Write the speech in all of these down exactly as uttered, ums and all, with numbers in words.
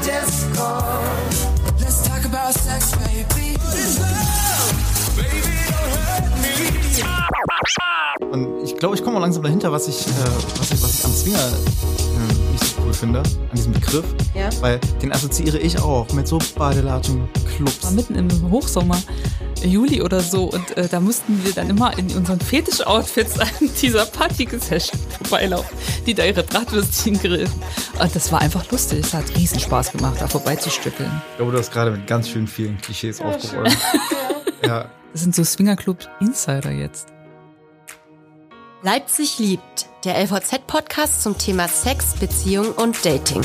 Disco. Let's talk about sex, baby. Baby, don't hurt me. Und ich glaube, ich komme auch langsam dahinter, was ich, äh, was ich, was ich am Zwinger äh, nicht so cool finde, an diesem Begriff. Ja. Weil den assoziiere ich auch mit so Badelatschen-Clubs. War mitten im Hochsommer, Juli oder so, und äh, da mussten wir dann immer in unseren Fetisch-Outfits an dieser Partygesellschaft vorbeilaufen, die da ihre Bratwürstchen grillen. Und das war einfach lustig. Es hat riesen Spaß gemacht, da vorbeizustückeln. Ich glaube, du hast gerade mit ganz schön vielen Klischees aufgeräumt. Ja. Das sind so Swingerclub-Insider jetzt. Leipzig liebt, der L V Z-Podcast zum Thema Sex, Beziehung und Dating.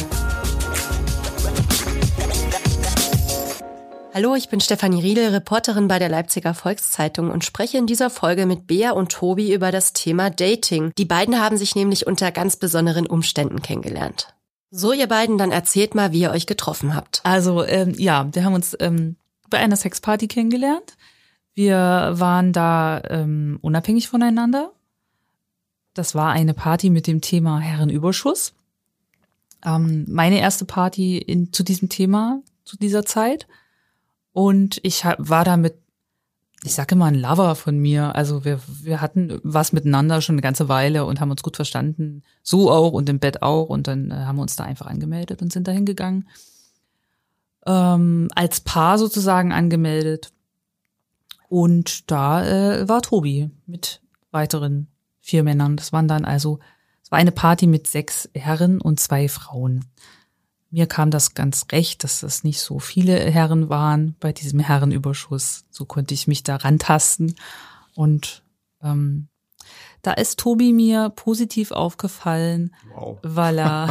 Hallo, ich bin Stefanie Riedel, Reporterin bei der Leipziger Volkszeitung und spreche in dieser Folge mit Bea und Tobi über das Thema Dating. Die beiden haben sich nämlich unter ganz besonderen Umständen kennengelernt. So, ihr beiden, dann erzählt mal, wie ihr euch getroffen habt. Also, ähm, ja, wir haben uns ähm, bei einer Sexparty kennengelernt. Wir waren da ähm, unabhängig voneinander. Das war eine Party mit dem Thema Herrenüberschuss. Ähm, meine erste Party in, zu diesem Thema, zu dieser Zeit. Und ich war da mit, ich sage immer, ein Lover von mir. Also wir wir hatten was miteinander schon eine ganze Weile und haben uns gut verstanden. So auch und im Bett auch. Und dann äh, haben wir uns da einfach angemeldet und sind da hingegangen. Ähm, als Paar sozusagen angemeldet. Und da äh, war Tobi mit weiteren vier Männern. Das waren dann also, es war eine Party mit sechs Herren und zwei Frauen. Mir kam das ganz recht, dass das nicht so viele Herren waren bei diesem Herrenüberschuss. So konnte ich mich da rantasten. Und ähm, da ist Tobi mir positiv aufgefallen, Wow. weil er...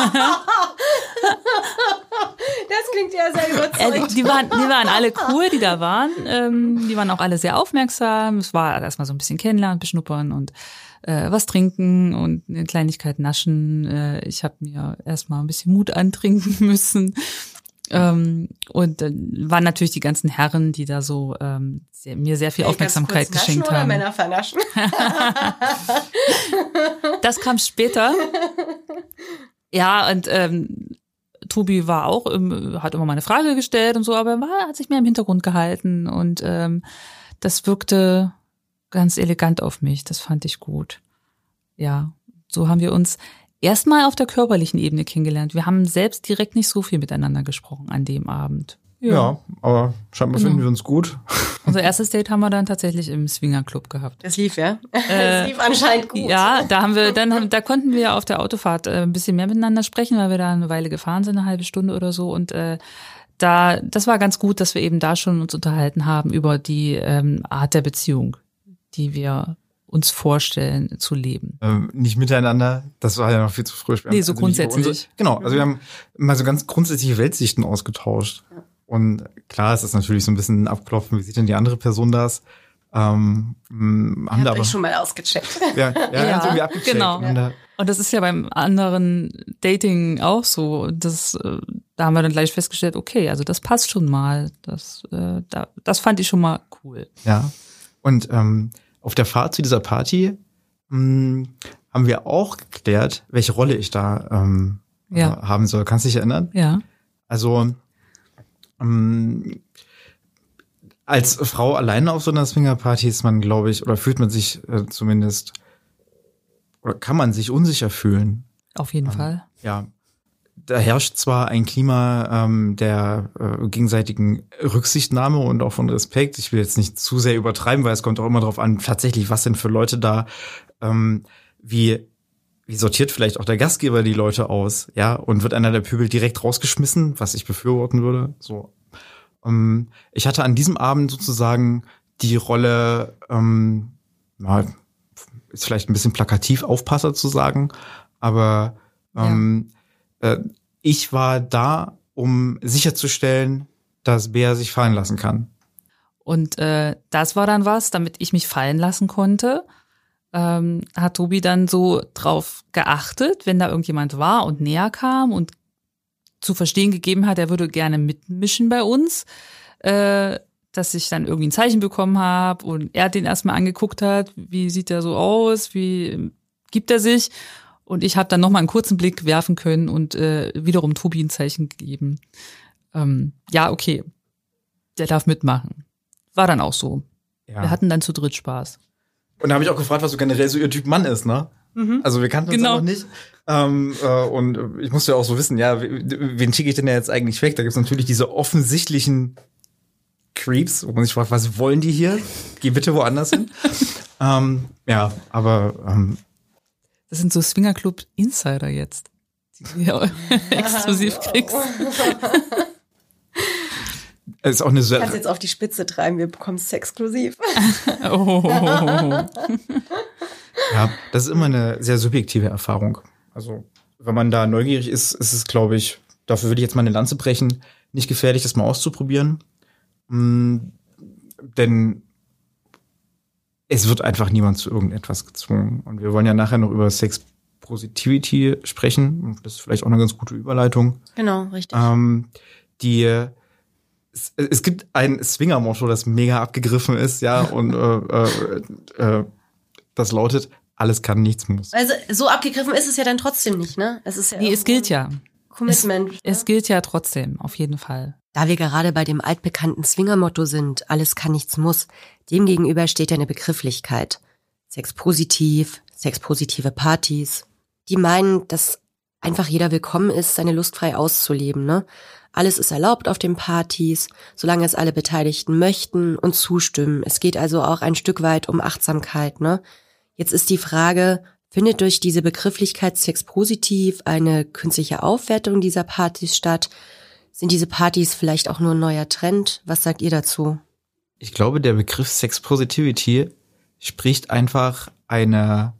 Das klingt ja sehr überzeugend. Äh, die, waren, die waren alle cool, die da waren. Ähm, die waren auch alle sehr aufmerksam. Es war erstmal so ein bisschen kennenlernen, beschnuppern und äh, was trinken und eine Kleinigkeit naschen. Äh, ich habe mir erstmal ein bisschen Mut antrinken müssen. Ähm, und dann waren natürlich die ganzen Herren, die da so ähm, sehr, mir sehr viel Hey, Aufmerksamkeit ganz kurz geschenkt naschen haben. oder Männer vernaschen? Das kam später. Ja, und ähm, Tobi war auch, im, hat immer mal eine Frage gestellt und so, aber er war, hat sich mehr im Hintergrund gehalten und ähm, das wirkte ganz elegant auf mich. Das fand ich gut. Ja, so haben wir uns erstmal auf der körperlichen Ebene kennengelernt. Wir haben selbst direkt nicht so viel miteinander gesprochen an dem Abend. Ja, ja, aber scheinbar Genau. finden wir uns gut. Unser erstes Date haben wir dann tatsächlich im Swingerclub gehabt. Das lief, ja? Äh, Das lief anscheinend gut. Ja, da haben wir, dann haben, da konnten wir auf der Autofahrt äh, ein bisschen mehr miteinander sprechen, weil wir da eine Weile gefahren sind, eine halbe Stunde oder so. Und äh, da, das war ganz gut, dass wir eben da schon uns unterhalten haben über die ähm, Art der Beziehung, die wir uns vorstellen zu leben. Ähm, nicht miteinander, das war ja noch viel zu früh. Wir Nee, haben so also nicht über grundsätzlich. Unsere, genau, also wir haben mal so ganz grundsätzliche Weltsichten ausgetauscht. Und klar, es ist natürlich so ein bisschen abklopfen, wie sieht denn die andere Person das? Ähm, haben Habt da aber euch schon mal ausgecheckt. ja, ja, Ja, haben sie irgendwie abgecheckt. genau. Und haben da, Und das ist ja beim anderen Dating auch so. Das, äh, da haben wir dann gleich festgestellt, okay, also das passt schon mal. Das, äh, da, das fand ich schon mal cool. ja. Und ähm, auf der Fahrt zu dieser Party mh, haben wir auch geklärt, welche Rolle ich da ähm, Ja. äh, haben soll. Kannst du dich erinnern? Ja. Also ähm, als Frau alleine auf so einer Swingerparty ist man, glaube ich, oder fühlt man sich äh, zumindest, oder kann man sich unsicher fühlen. Auf jeden Fall. Ja, da herrscht zwar ein Klima ähm, der äh, gegenseitigen Rücksichtnahme und auch von Respekt. Ich will jetzt nicht zu sehr übertreiben, weil es kommt auch immer darauf an, tatsächlich, was sind für Leute da, ähm, wie wie sortiert vielleicht auch der Gastgeber die Leute aus, ja, und wird einer der Pöbel direkt rausgeschmissen, was ich befürworten würde. So, ähm, ich hatte an diesem Abend sozusagen die Rolle, ähm, na, ist vielleicht ein bisschen plakativ, Aufpasser zu sagen, aber ähm, ja. äh, ich war da, um sicherzustellen, dass Bea sich fallen lassen kann. Und äh, das war dann was, damit ich mich fallen lassen konnte. Ähm, hat Tobi dann so drauf geachtet, wenn da irgendjemand war und näher kam und zu verstehen gegeben hat, er würde gerne mitmischen bei uns, äh, dass ich dann irgendwie ein Zeichen bekommen habe und er den erstmal angeguckt hat, wie sieht er so aus, wie gibt er sich, Und ich habe dann nochmal einen kurzen Blick werfen können und äh, wiederum Tobi ein Zeichen gegeben. Ähm, ja, okay, der darf mitmachen. War dann auch so. Ja. Wir hatten dann zu dritt Spaß. Und da habe ich auch gefragt, was so generell so ihr Typ Mann ist, ne? Mhm. Also wir kannten uns genau. ja noch nicht. Ähm, äh, und ich musste ja auch so wissen, ja, wen schicke ich denn jetzt eigentlich weg? Da gibt's natürlich diese offensichtlichen Creeps, wo man sich fragt, was wollen die hier? Geh bitte woanders hin. ähm, ja, aber ähm, das sind so Swingerclub-Insider jetzt, die du hier exklusiv kriegst. Es ist auch eine du kannst jetzt auf die Spitze treiben, wir bekommen es exklusiv. Oh. Ja, das ist immer eine sehr subjektive Erfahrung. Also, wenn man da neugierig ist, ist es, glaube ich, dafür würde ich jetzt mal eine Lanze brechen, nicht gefährlich, das mal auszuprobieren. Mhm, denn es wird einfach niemand zu irgendetwas gezwungen. Und wir wollen ja nachher noch über Sex Positivity sprechen. Das ist vielleicht auch eine ganz gute Überleitung. Genau, richtig. Ähm, die es, es gibt ein Swinger-Motto, das mega abgegriffen ist, ja, und äh, äh, äh, das lautet, alles kann, nichts muss. Also so abgegriffen ist es ja dann trotzdem nicht, ne? Es ist ja nee, es gilt ja. Commitment. Es, ne? es gilt ja trotzdem, auf jeden Fall. Da wir gerade bei dem altbekannten Swinger-Motto sind, alles kann, nichts muss, demgegenüber steht ja eine Begrifflichkeit. Sexpositiv, sexpositive Partys. Die meinen, dass einfach jeder willkommen ist, seine Lust frei auszuleben, ne? Alles ist erlaubt auf den Partys, solange es alle Beteiligten möchten und zustimmen. Es geht also auch ein Stück weit um Achtsamkeit, ne? Jetzt ist die Frage, findet durch diese Begrifflichkeit sexpositiv eine künstliche Aufwertung dieser Partys statt? Sind diese Partys vielleicht auch nur ein neuer Trend? Was sagt ihr dazu? Ich glaube, der Begriff Sex Positivity spricht einfach eine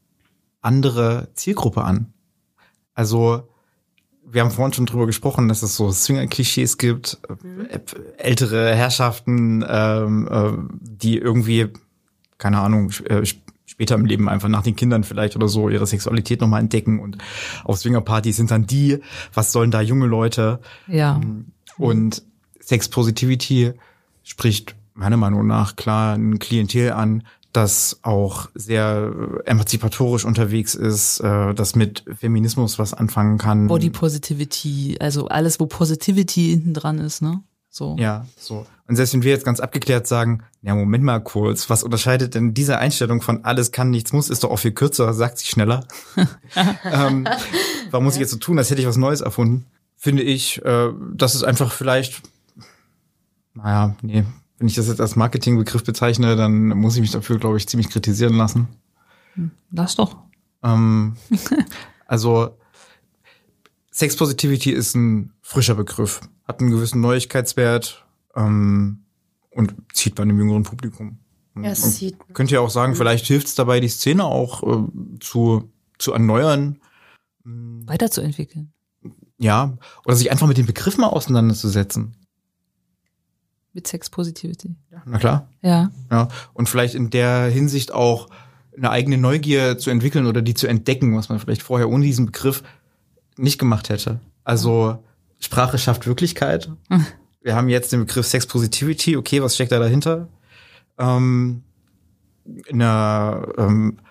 andere Zielgruppe an. Also, wir haben vorhin schon drüber gesprochen, dass es so Swinger-Klischees gibt, mhm. ältere Herrschaften, ähm, äh, die irgendwie, keine Ahnung, äh, später im Leben einfach nach den Kindern vielleicht oder so ihre Sexualität nochmal entdecken und auf Swingerpartys sind dann die, was sollen da junge Leute? Ja. Und Sex Positivity spricht meiner Meinung nach klar ein Klientel an, das auch sehr emanzipatorisch unterwegs ist, das mit Feminismus was anfangen kann. Body Positivity, also alles, wo Positivity hinten dran ist, ne? So. Ja, so. Und selbst wenn wir jetzt ganz abgeklärt sagen, ja, Moment mal kurz, was unterscheidet denn diese Einstellung von alles kann, nichts muss, ist doch auch viel kürzer, sagt sich schneller. ähm, warum muss ich jetzt so tun, als hätte ich was Neues erfunden? Finde ich, äh, das ist einfach vielleicht, naja, nee, wenn ich das jetzt als Marketingbegriff bezeichne, dann muss ich mich dafür, glaube ich, ziemlich kritisieren lassen. Lass doch. Ähm, also, Sex Positivity ist ein frischer Begriff, hat einen gewissen Neuigkeitswert ähm, und zieht bei einem jüngeren Publikum. Ja, es zieht. Könnt ihr auch sagen, vielleicht hilft es dabei, die Szene auch äh, zu zu erneuern. Weiterzuentwickeln. Ja, oder sich einfach mit den Begriffen mal auseinanderzusetzen. Mit Sex Positivity. Ja, na klar. Ja. Ja. Und vielleicht in der Hinsicht auch eine eigene Neugier zu entwickeln oder die zu entdecken, was man vielleicht vorher ohne diesen Begriff nicht gemacht hätte. Also Sprache schafft Wirklichkeit. Mhm. Wir haben jetzt den Begriff Sex Positivity. Okay, was steckt da dahinter? Ähm, eine ähm,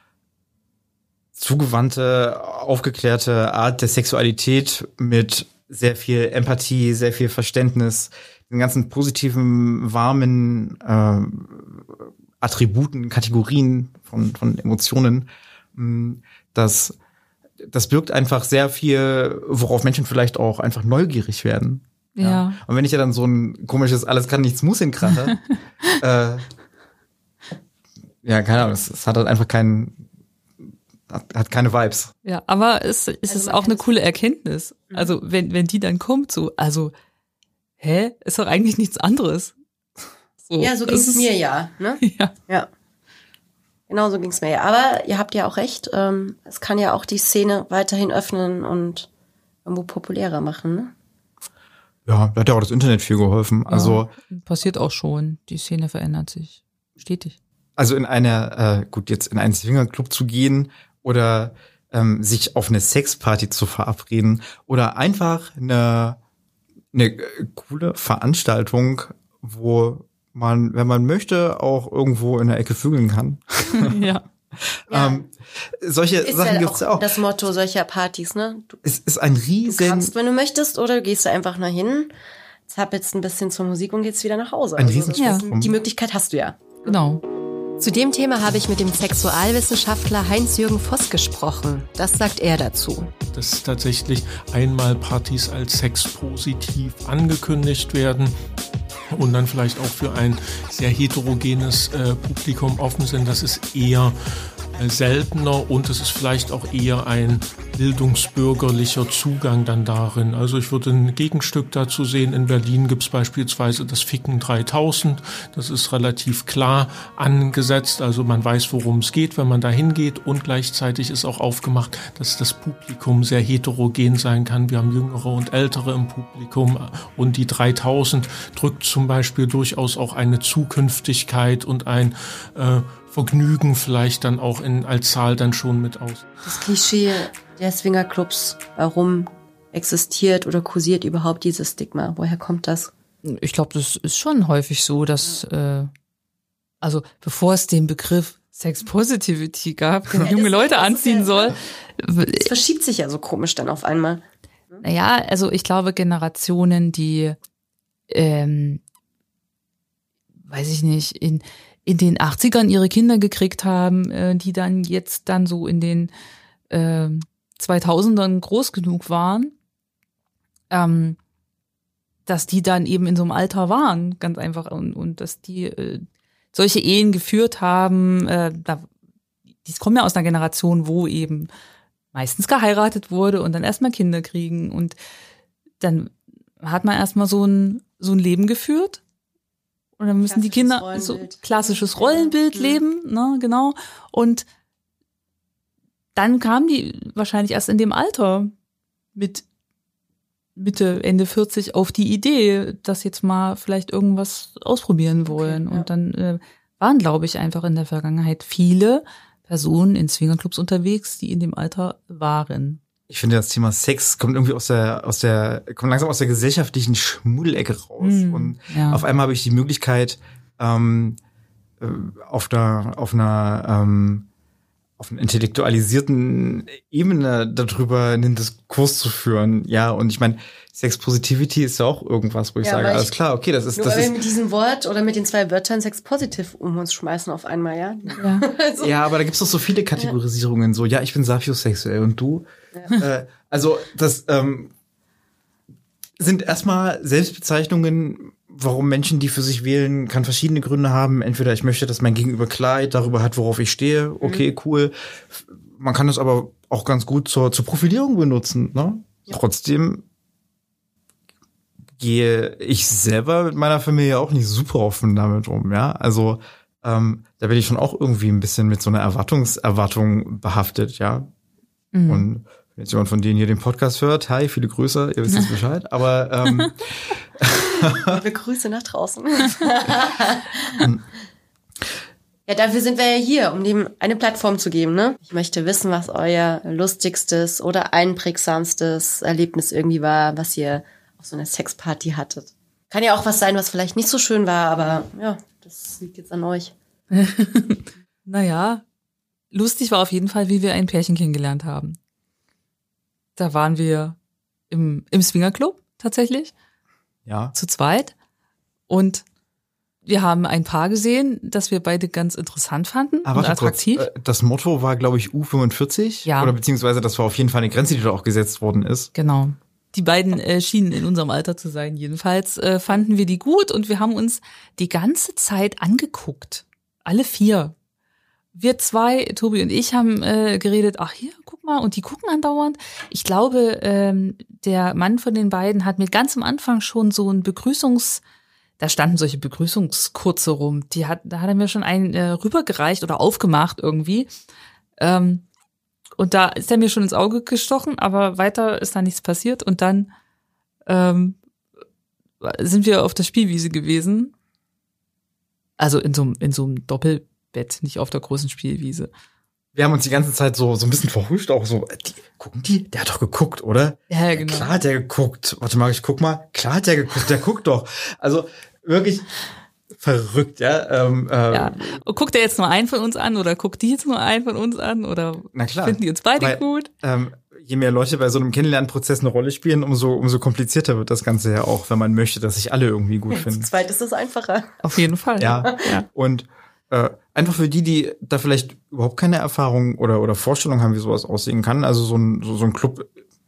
zugewandte, aufgeklärte Art der Sexualität mit sehr viel Empathie, sehr viel Verständnis, den ganzen positiven, warmen äh, Attributen, Kategorien von von Emotionen. Das das birgt einfach sehr viel, worauf Menschen vielleicht auch einfach neugierig werden. Ja. ja. Und wenn ich ja dann so ein komisches alles kann, nichts muss hinkrache, äh, ja, keine Ahnung, es, es hat halt einfach keinen, hat, hat keine Vibes. Ja, aber es, es also ist auch eine coole Erkenntnis. Also wenn wenn die dann kommt, so, also, hä, ist doch eigentlich nichts anderes. So, ja, so ging es mir ja, ne? Ja. Ja. Genau so ging es mir ja. Aber ihr habt ja auch recht, ähm, es kann ja auch die Szene weiterhin öffnen und irgendwo populärer machen, ne? Ja, da hat ja auch das Internet viel geholfen. Ja, also passiert auch schon. Die Szene verändert sich stetig. Also in einer, äh, gut, jetzt in einen Swingerclub zu gehen oder ähm, sich auf eine Sexparty zu verabreden oder einfach eine, eine coole Veranstaltung, wo man, wenn man möchte, auch irgendwo in der Ecke vögeln kann. Ja. Ja. Ähm, solche ist Sachen ja gibt's ja auch. Das Motto solcher Partys, ne? Du, es ist ein riesen... Du kannst, wenn du möchtest, oder du gehst da einfach nur hin, zappelst ein bisschen zur Musik und gehst wieder nach Hause. Ein also riesen ja. Spektrum. Die Möglichkeit hast du ja. Genau. Zu dem Thema habe ich mit dem Sexualwissenschaftler Heinz-Jürgen Voss gesprochen. Das sagt er dazu. Dass tatsächlich einmal Partys als sexpositiv angekündigt werden und dann vielleicht auch für ein sehr heterogenes äh, Publikum offen sind. Das ist eher äh, seltener und es ist vielleicht auch eher ein bildungsbürgerlicher Zugang dann darin. Also ich würde ein Gegenstück dazu sehen. In Berlin gibt es beispielsweise das Ficken dreitausend. Das ist relativ klar angesetzt. Also man weiß, worum es geht, wenn man da hingeht. Und gleichzeitig ist auch aufgemacht, dass das Publikum sehr heterogen sein kann. Wir haben Jüngere und Ältere im Publikum. Und die dreitausend drückt zum Beispiel durchaus auch eine Zukünftigkeit und ein äh, Vergnügen vielleicht dann auch in, als Zahl dann schon mit aus. Das Klischee der Swingerclubs, warum existiert oder kursiert überhaupt dieses Stigma? Woher kommt das? Ich glaube, das ist schon häufig so, dass, äh, also bevor es den Begriff Sex Positivity gab, der ja, junge Leute das anziehen ja, soll. Es verschiebt sich ja so komisch dann auf einmal. Naja, also ich glaube, Generationen, die, ähm, weiß ich nicht, in in den achtzigern ihre Kinder gekriegt haben, äh, die dann jetzt dann so in den äh, zweitausendern groß genug waren, ähm, dass die dann eben in so einem Alter waren, ganz einfach, und, und dass die äh, solche Ehen geführt haben, äh, da, die kommen ja aus einer Generation, wo eben meistens geheiratet wurde und dann erstmal Kinder kriegen und dann hat man erstmal so ein so ein Leben geführt. Und dann müssen die Kinder so klassisches Rollenbild ja. leben, ne, genau. Und dann kamen die wahrscheinlich erst in dem Alter mit Mitte, Ende vierzig auf die Idee, dass jetzt mal vielleicht irgendwas ausprobieren wollen. Okay, ja. Und dann äh, waren, glaube ich, einfach in der Vergangenheit viele Personen in Swingerclubs unterwegs, die in dem Alter waren. Ich finde, das Thema Sex kommt irgendwie aus der, aus der, kommt langsam aus der gesellschaftlichen Schmuddelecke raus. Mm, und ja. auf einmal habe ich die Möglichkeit, ähm, auf der, auf einer, ähm, auf einer intellektualisierten Ebene darüber einen Diskurs zu führen. Ja, und ich meine, Sex Positivity ist ja auch irgendwas, wo ich ja, sage, alles klar, okay, das ist, nur das weil ist. wir mit diesem Wort oder mit den zwei Wörtern Sex Positiv um uns schmeißen auf einmal, ja? Ja, also. Ja, aber da gibt's doch so viele Kategorisierungen, so, ja, ich bin sapiosexuell und du? Ja. Äh, also, das, ähm, sind erstmal Selbstbezeichnungen, warum Menschen die für sich wählen, kann verschiedene Gründe haben. Entweder ich möchte, dass mein Gegenüber Klarheit darüber hat, worauf ich stehe. Okay, mhm. cool. Man kann das aber auch ganz gut zur, zur Profilierung benutzen, ne? Ja. Trotzdem gehe ich selber mit meiner Familie auch nicht super offen damit um, ja. Also ähm, da bin ich schon auch irgendwie ein bisschen mit so einer Erwartungserwartung behaftet, ja. Mhm. Und wenn jetzt jemand von denen hier den Podcast hört, hi, viele Grüße, ihr wisst jetzt Bescheid, aber ähm, liebe Grüße nach draußen. Ja, dafür sind wir ja hier, um dem eine Plattform zu geben, ne? Ich möchte wissen, was euer lustigstes oder einprägsamstes Erlebnis irgendwie war, was ihr auf so einer Sexparty hattet. Kann ja auch was sein, was vielleicht nicht so schön war, aber ja, das liegt jetzt an euch. Naja, lustig war auf jeden Fall, wie wir ein Pärchen kennengelernt haben. Da waren wir im, im Swingerclub tatsächlich. Ja. Zu zweit. Und wir haben ein Paar gesehen, das wir beide ganz interessant fanden aber und attraktiv. Kurz, das Motto war, glaube ich, U fünfundvierzig. Ja. Oder beziehungsweise das war auf jeden Fall eine Grenze, die da auch gesetzt worden ist. Genau. Die beiden äh, schienen in unserem Alter zu sein. Jedenfalls äh, fanden wir die gut und wir haben uns die ganze Zeit angeguckt. Alle vier. Wir zwei, Tobi und ich, haben äh, geredet, ach hier, guck mal, und die gucken andauernd. Ich glaube, ähm, der Mann von den beiden hat mir ganz am Anfang schon so ein Begrüßungs... Da standen solche Begrüßungskurze rum. Die hat, da hat er mir schon einen äh, rübergereicht oder aufgemacht irgendwie. Ähm, und da ist er mir schon ins Auge gestochen, aber weiter ist da nichts passiert. Und dann ähm, sind wir auf der Spielwiese gewesen. Also in so, in so einem Doppelbett, nicht auf der großen Spielwiese. Wir haben uns die ganze Zeit so so ein bisschen verhuscht, auch so, die, gucken die? Der hat doch geguckt, oder? Ja, genau. Klar hat der geguckt. Warte mal, ich guck mal. Klar hat der geguckt, der guckt doch. Also wirklich, verrückt, ja. Ähm, äh, ja. Und guckt er jetzt nur einen von uns an oder guckt die jetzt nur einen von uns an oder na klar. finden die uns beide Weil, gut? Ähm, je mehr Leute bei so einem Kennenlernprozess eine Rolle spielen, umso, umso komplizierter wird das Ganze ja auch, wenn man möchte, dass sich alle irgendwie gut Ja, finden. zu zweit ist es einfacher. Auf jeden Fall. Ja. ja. Und äh, einfach für die, die da vielleicht überhaupt keine Erfahrung oder, oder Vorstellung haben, wie sowas aussehen kann. Also so ein, so, so ein Club,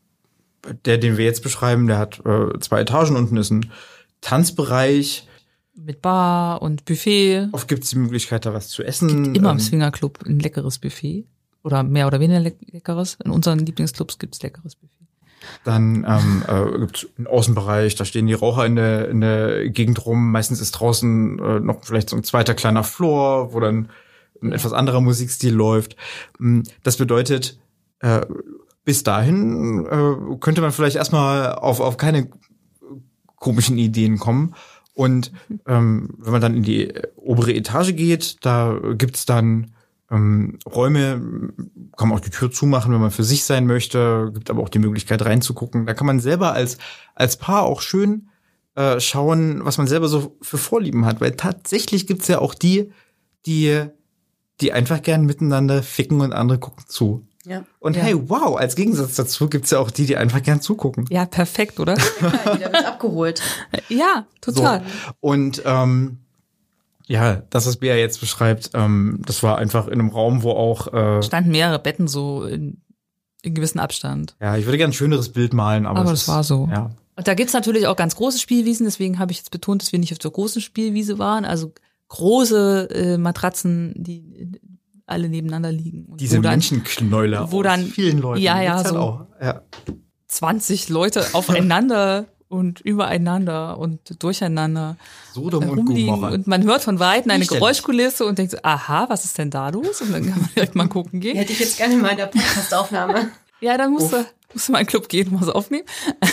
der, den wir jetzt beschreiben, der hat äh, zwei Etagen. Unten ist ein Tanzbereich. Mit Bar und Buffet. Oft gibt es die Möglichkeit, da was zu essen. Es gibt immer ähm, im Swingerclub ein leckeres Buffet. Oder mehr oder weniger leck- leckeres. In unseren Lieblingsclubs gibt's leckeres Buffet. Dann ähm, äh, gibt es einen Außenbereich, da stehen die Raucher in der, in der Gegend rum. Meistens ist draußen äh, noch vielleicht so ein zweiter kleiner Floor, wo dann ein etwas anderer Musikstil läuft. Das bedeutet, äh, bis dahin äh, könnte man vielleicht erstmal auf, auf keine komischen Ideen kommen. Und ähm, wenn man dann in die obere Etage geht, da gibt's dann ähm, Räume, kann man auch die Tür zumachen, wenn man für sich sein möchte, gibt aber auch die Möglichkeit reinzugucken. Da kann man selber als als Paar auch schön äh, schauen, was man selber so für Vorlieben hat, weil tatsächlich gibt's ja auch die, die die einfach gern miteinander ficken und andere gucken zu. Ja. Und Ja. hey, wow, als Gegensatz dazu gibt's ja auch die, die einfach gern zugucken. Ja, perfekt, oder? Ja, jeder wird abgeholt. Ja, total. So. Und ähm, ja, das, was Bea jetzt beschreibt, ähm, das war einfach in einem Raum, wo auch äh, Standen mehrere Betten so in, in gewissem Abstand. ja, ich würde gerne ein schöneres Bild malen, aber, Aber es das ist, war so. Ja. Und da gibt's natürlich auch ganz große Spielwiesen, deswegen habe ich jetzt betont, dass wir nicht auf der großen Spielwiese waren. Also große äh, Matratzen, die alle nebeneinander liegen. Und Diese wo dann Menschenknäuler wo aus dann- vielen Leuten. ja, ja, gibt's halt so. auch. Ja. zwanzig Leute aufeinander und übereinander und durcheinander Sodom und rumliegen. Gomorra. Und man hört von Weitem eine Fürchterlich. Geräuschkulisse und denkt so, aha, was ist denn da los? Und dann kann man direkt mal gucken Die gehen. hätte ich jetzt gerne mal in der Podcast-Aufnahme. Ja, dann musst du, musst du mal in den Club gehen und was aufnehmen.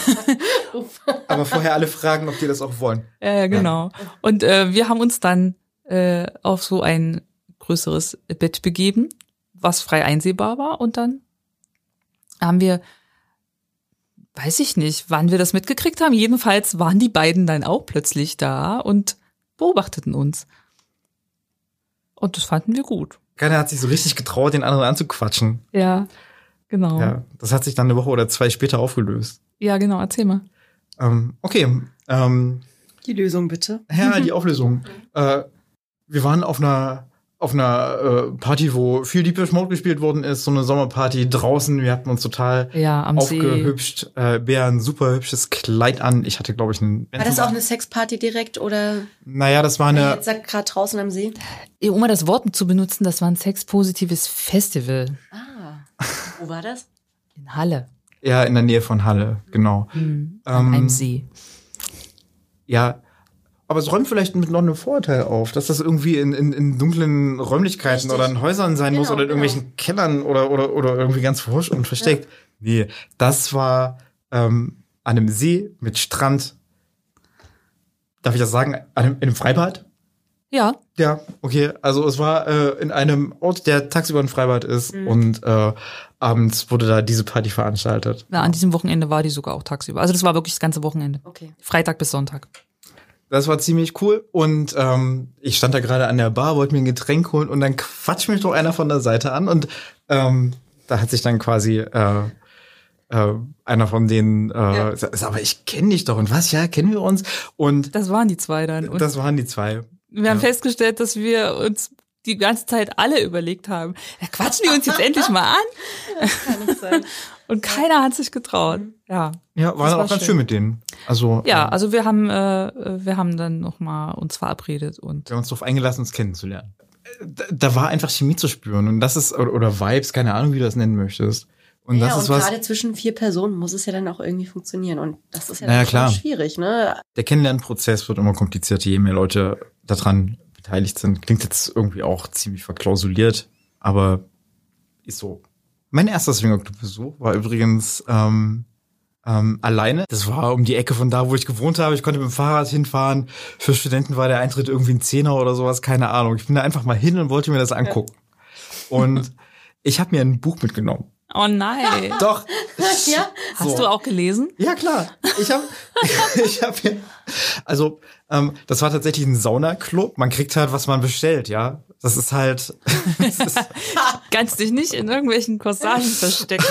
Aber vorher alle fragen, ob die das auch wollen. Ja, ja, genau. Und äh, wir haben uns dann äh, auf so ein größeres Bett begeben, was frei einsehbar war. Und dann haben wir, weiß ich nicht, wann wir das mitgekriegt haben. Jedenfalls waren die beiden dann auch plötzlich da und beobachteten uns. Und das fanden wir gut. Keiner hat sich so richtig getraut, den anderen anzuquatschen. Ja, genau. Ja, Ja, das hat sich dann eine Woche oder zwei später aufgelöst. genau, erzähl mal. Ähm, okay, ähm, Die Lösung bitte. ja, die Auflösung. Äh, wir waren auf einer auf einer äh, Party, wo viel Deepish Mode gespielt worden ist, so eine Sommerparty draußen. Wir hatten uns total Ja, am See. aufgehübscht. Äh, Bea ein super hübsches Kleid an. Ich hatte, glaube ich, einen... War das auch eine Sexparty direkt oder Naja, das war eine, eine... jetzt sagt gerade draußen am See? Um mal das Wort zu benutzen, das war ein sexpositives Festival Ah, wo war das? in Halle. Ja, in der Nähe von Halle, genau. An Ähm, einem See. Ja, aber es räumt vielleicht mit noch einem Vorurteil auf, dass das irgendwie in, in, in dunklen Räumlichkeiten Richtig. oder in Häusern sein muss Genau, oder in irgendwelchen Kellern oder, oder, oder irgendwie ganz verhuscht und versteckt. Nee, das war ähm, an einem See mit Strand. Darf ich das sagen? An einem, in einem Freibad? Ja, Ja, okay. Also es war äh, in einem Ort, der tagsüber ein Freibad ist und äh, abends wurde da diese Party veranstaltet. na, an diesem Wochenende war die sogar auch tagsüber. Also das war wirklich das ganze Wochenende. Okay. Freitag bis Sonntag. Das war ziemlich cool und ähm, ich stand da gerade an der Bar, wollte mir ein Getränk holen und dann quatscht mich doch einer von der Seite an und ähm, da hat sich dann quasi äh, äh, einer von denen, äh, Ja. sagt, aber ich kenne dich doch und was, ja, kennen wir uns? Und Das waren die zwei dann. Und das waren die zwei. wir haben ja. festgestellt, dass wir uns die ganze Zeit alle überlegt haben, ja, quatschen die uns jetzt endlich mal an? Kann nicht sein. Und keiner hat sich getraut. Ja. Ja, war Das dann war auch ganz schön. schön mit denen. Also Ja, äh, also wir haben, äh, wir haben dann noch mal uns verabredet und wir haben uns darauf eingelassen, uns kennenzulernen. Da, da war einfach Chemie zu spüren und das ist, oder, oder Vibes, keine Ahnung, wie du das nennen möchtest. Und ja, das und ist was, gerade zwischen vier Personen muss es ja dann auch irgendwie funktionieren. Und das ist ja Naja, dann schon klar. schwierig, ne? der Kennenlernprozess wird immer komplizierter, je mehr Leute daran beteiligt sind. Klingt jetzt irgendwie auch ziemlich verklausuliert, aber ist so. Mein erster Swingerclub-Besuch war übrigens ähm, ähm, alleine. Das war um die Ecke von da, wo ich gewohnt habe. Ich konnte mit dem Fahrrad hinfahren. Für Studenten war der Eintritt irgendwie ein Zehner oder sowas, keine Ahnung. Ich bin da einfach mal hin und wollte mir das angucken. Und ich habe mir ein Buch mitgenommen. Oh nein. Doch. Ja? Hast So. du auch gelesen? Ja, klar. Ich habe, ich habe, ja, also ähm, das war tatsächlich ein Saunaclub. Man kriegt halt, was man bestellt, ja. Das ist halt. Das ist, Kannst dich nicht in irgendwelchen Corsagen verstecken.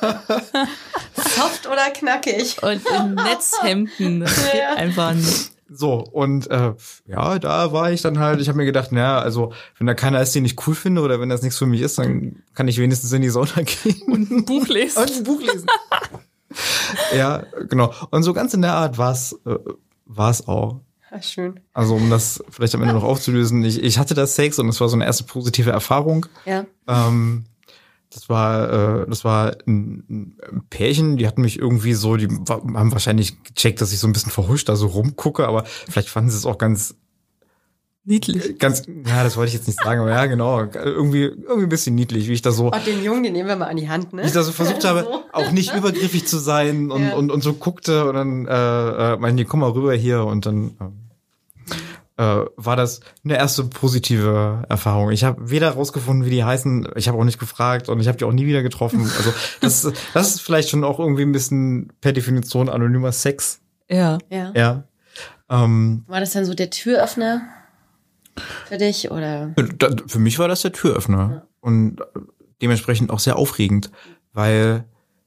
Soft oder knackig? Und in Netzhemden. Das geht Ja. einfach nicht. so und äh, ja, da war ich dann halt. Ich habe mir gedacht, naja, also wenn da keiner ist, den ich cool finde oder wenn das nichts für mich ist, dann kann ich wenigstens in die Sauna gehen Und ein Buch lesen. und ein Buch lesen. Ja, genau. Und so ganz in der Art war es, äh, war es auch. Ach, schön. Also um das vielleicht am Ende noch aufzulösen, ich, ich hatte das Sex und es war so eine erste positive Erfahrung. Ja. Ähm, das war, äh, das war ein, ein Pärchen, die hatten mich irgendwie so, die wa- haben wahrscheinlich gecheckt, dass ich so ein bisschen verhuscht da so rumgucke, aber vielleicht fanden sie es auch ganz, Niedlich. ganz, ja, das wollte ich jetzt nicht sagen, aber ja, genau, irgendwie, irgendwie ein bisschen niedlich, wie ich da so, Oh, den Jungen, den nehmen wir mal an die Hand, ne? wie ich da so versucht habe, So. auch nicht übergriffig zu sein und, Ja. und, und so guckte und dann, äh, äh, meinen die, komm mal rüber hier und dann, äh, äh, war das eine erste positive Erfahrung. Ich habe weder rausgefunden, wie die heißen, ich habe auch nicht gefragt und ich habe die auch nie wieder getroffen. Also das, das ist vielleicht schon auch irgendwie ein bisschen per Definition anonymer Sex. Ja. Ja. Ja. Ähm, War das dann so der Türöffner für dich oder? da, für mich war das der Türöffner und dementsprechend auch sehr aufregend, weil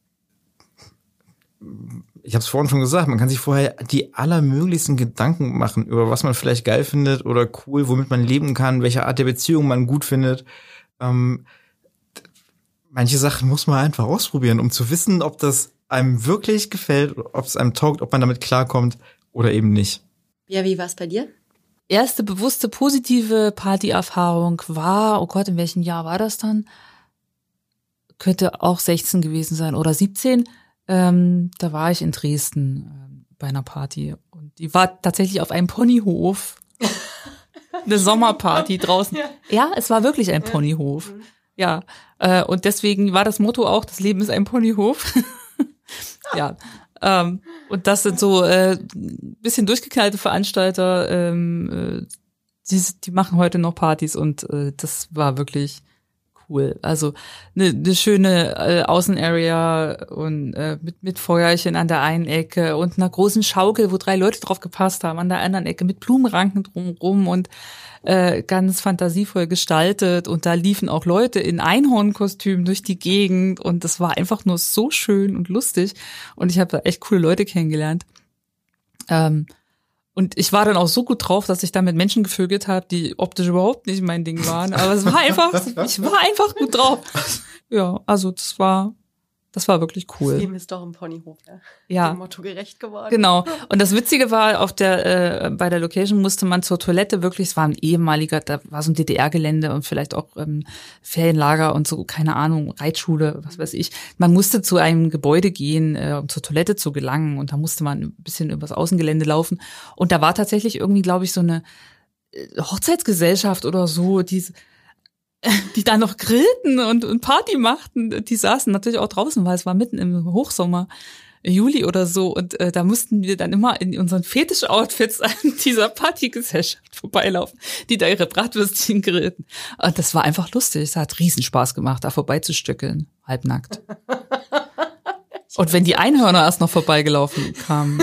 ich habe es vorhin schon gesagt, man kann sich vorher die allermöglichsten Gedanken machen, über was man vielleicht geil findet oder cool, womit man leben kann, welche Art der Beziehung man gut findet. Ähm, manche Sachen muss man einfach ausprobieren, um zu wissen, ob das einem wirklich gefällt, ob es einem taugt, ob man damit klarkommt oder eben nicht. Ja, wie war es bei dir? Erste bewusste positive Partyerfahrung war, oh Gott, in welchem Jahr war das dann? Könnte auch sechzehn gewesen sein oder siebzehn. Ähm, da war ich in Dresden ähm, bei einer Party und die war tatsächlich auf einem Ponyhof. Eine Sommerparty draußen. Ja. Ja, es war wirklich ein Ponyhof. Ja, äh, und deswegen war das Motto auch, das Leben ist ein Ponyhof. Ja, ähm, und das sind so äh, bisschen durchgeknallte Veranstalter, ähm, äh, die, die machen heute noch Partys und äh, das war wirklich cool. Also eine ne schöne äh, Außenarea und äh, mit mit Feuerchen an der einen Ecke und einer großen Schaukel, wo drei Leute drauf gepasst haben, an der anderen Ecke mit Blumenranken drumherum und äh, ganz fantasievoll gestaltet. Und da liefen auch Leute in Einhornkostümen durch die Gegend und das war einfach nur so schön und lustig. Und ich habe da echt coole Leute kennengelernt. Ähm, Und ich war dann auch so gut drauf, dass ich da mit Menschen gevögelt habe, die optisch überhaupt nicht mein Ding waren. Aber es war einfach, ich war einfach gut drauf. Ja, also das war, das war wirklich Das cool. Leben ist doch ein Ponyhof, ja. Ja, Dem Motto gerecht geworden. genau. Und das Witzige war, auf der, äh, bei der Location musste man zur Toilette wirklich, es war ein ehemaliger, da war so ein D D R-Gelände und vielleicht auch ähm, Ferienlager und so, keine Ahnung, Reitschule, was weiß ich. Man musste zu einem Gebäude gehen, äh, um zur Toilette zu gelangen und da musste man ein bisschen übers Außengelände laufen. Und da war tatsächlich irgendwie, glaube ich, so eine äh, Hochzeitsgesellschaft oder so, die die da noch grillten und, und Party machten. Die saßen natürlich auch draußen, weil es war mitten im Hochsommer, Juli oder so. Und äh, da mussten wir dann immer in unseren Fetisch-Outfits an dieser Partygesellschaft vorbeilaufen, die da ihre Bratwürstchen grillten. Und das war einfach lustig. Es hat Riesenspaß gemacht, da vorbeizustückeln, halbnackt. Und wenn die Einhörner erst noch vorbeigelaufen kamen.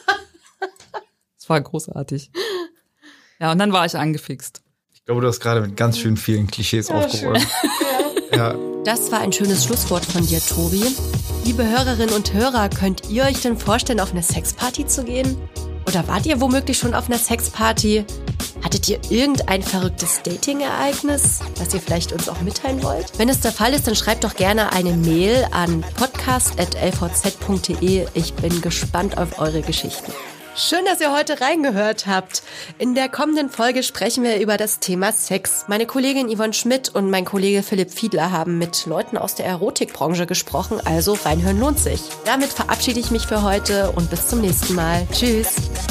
Das war großartig. Ja, und dann war ich angefixt. Ich glaube, du hast gerade mit ganz schön vielen Klischees aufgeräumt. Ja. Das war ein schönes Schlusswort von dir, Tobi. Liebe Hörerinnen und Hörer, könnt ihr euch denn vorstellen, auf eine Sexparty zu gehen? Oder wart ihr womöglich schon auf einer Sexparty? Hattet ihr irgendein verrücktes Dating-Ereignis, das ihr vielleicht uns auch mitteilen wollt? Wenn es der Fall ist, dann schreibt doch gerne eine Mail an podcast at l v z punkt d e. Ich bin gespannt auf eure Geschichten. Schön, dass ihr heute reingehört habt. In der kommenden Folge sprechen wir über das Thema Sex. Meine Kollegin Yvonne Schmidt und mein Kollege Philipp Fiedler haben mit Leuten aus der Erotikbranche gesprochen, also reinhören lohnt sich. Damit verabschiede ich mich für heute und bis zum nächsten Mal. Tschüss.